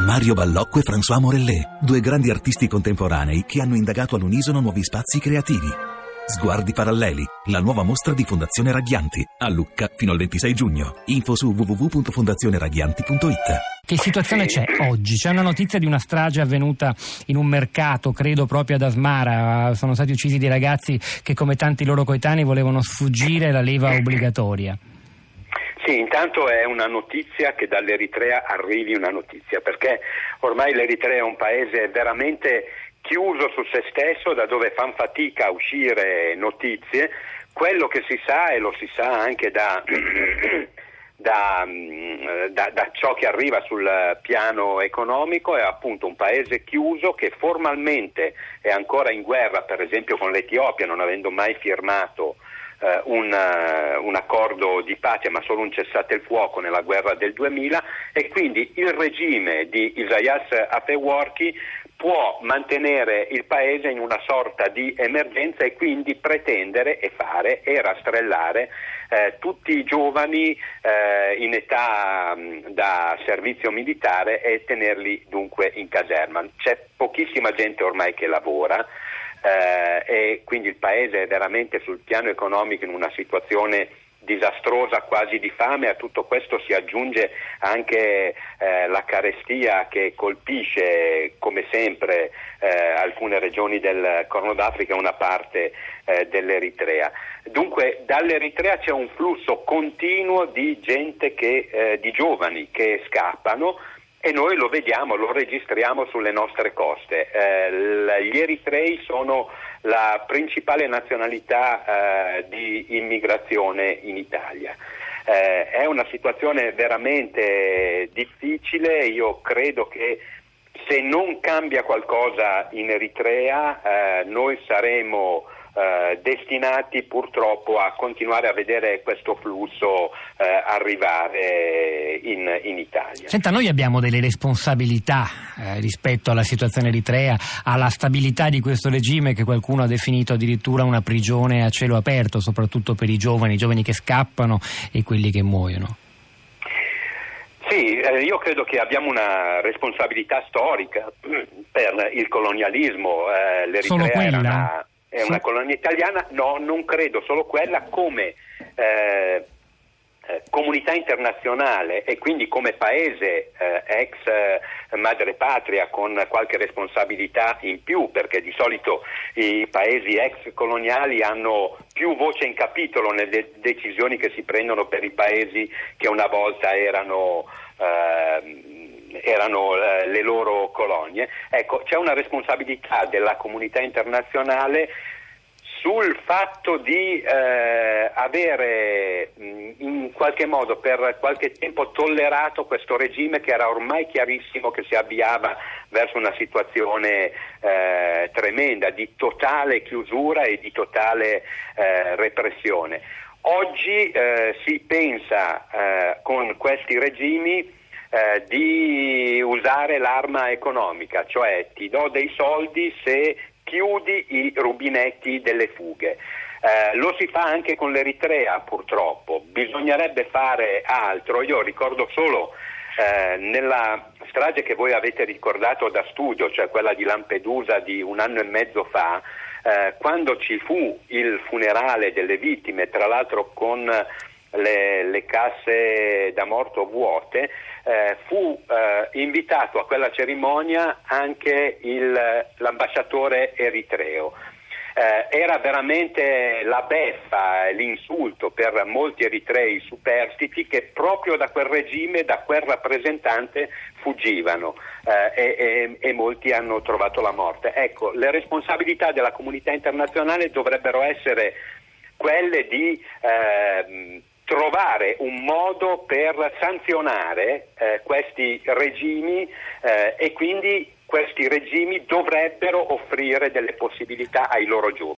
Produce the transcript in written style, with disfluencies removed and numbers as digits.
Mario Ballocco e François Morellet, due grandi artisti contemporanei che hanno indagato all'unisono nuovi spazi creativi. Sguardi paralleli, la nuova mostra di Fondazione Raghianti, a Lucca fino al 26 giugno. Info su www.fondazioneraghianti.it. Che situazione c'è oggi? C'è una notizia di una strage avvenuta in un mercato, credo proprio ad Asmara. Sono stati uccisi dei ragazzi che, come tanti loro coetanei, volevano sfuggire la leva obbligatoria. Sì, intanto è una notizia che dall'Eritrea arrivi una notizia, perché ormai l'Eritrea è un paese veramente chiuso su se stesso, da dove fan fatica a uscire notizie. Quello che si sa, e lo si sa anche da ciò che arriva sul piano economico, è appunto un paese chiuso che formalmente è ancora in guerra, per esempio con l'Etiopia, non avendo mai firmato un accordo di pace, ma solo un cessate il fuoco nella guerra del 2000, e quindi il regime di Isaias Afewerki può mantenere il paese in una sorta di emergenza e quindi pretendere e fare e rastrellare tutti i giovani in età da servizio militare e tenerli dunque in caserma. C'è pochissima gente ormai che lavora, e quindi il paese è veramente sul piano economico in una situazione disastrosa, quasi di fame. A tutto questo si aggiunge anche la carestia che colpisce come sempre alcune regioni del Corno d'Africa e una parte dell'Eritrea. Dunque dall'Eritrea c'è un flusso continuo di gente di giovani che scappano, e noi lo vediamo, lo registriamo sulle nostre coste. Gli eritrei sono la principale nazionalità di immigrazione in Italia. È una situazione veramente difficile. Io credo che se non cambia qualcosa in Eritrea, noi saremo destinati purtroppo a continuare a vedere questo flusso arrivare in Italia. Senta, noi abbiamo delle responsabilità rispetto alla situazione eritrea, alla stabilità di questo regime che qualcuno ha definito addirittura una prigione a cielo aperto, soprattutto per i giovani che scappano e quelli che muoiono. Sì, io credo che abbiamo una responsabilità storica per il colonialismo. L'Eritrea solo quella? È una colonia italiana? No, non credo solo quella. Come comunità internazionale e quindi come paese ex madrepatria con qualche responsabilità in più, perché di solito i paesi ex coloniali hanno più voce in capitolo nelle decisioni che si prendono per i paesi che una volta erano le loro colonie. Ecco, c'è una responsabilità della comunità internazionale sul fatto di avere in qualche modo per qualche tempo tollerato questo regime che era ormai chiarissimo che si avviava verso una situazione tremenda di totale chiusura e di totale repressione. Oggi si pensa con questi regimi di usare l'arma economica, cioè ti do dei soldi se chiudi i rubinetti delle fughe. Lo si fa anche con l'Eritrea, purtroppo. Bisognerebbe fare altro. Io ricordo solo nella strage che voi avete ricordato da studio, cioè quella di Lampedusa di 1 anno e mezzo fa, quando ci fu il funerale delle vittime, tra l'altro con le casse da morto vuote, fu invitato a quella cerimonia anche l'ambasciatore eritreo. Era veramente la beffa, l'insulto per molti eritrei superstiti che proprio da quel regime, da quel rappresentante fuggivano, e molti hanno trovato la morte. Ecco, le responsabilità della comunità internazionale dovrebbero essere quelle di trovare un modo per sanzionare questi regimi, e quindi questi regimi dovrebbero offrire delle possibilità ai loro giovani.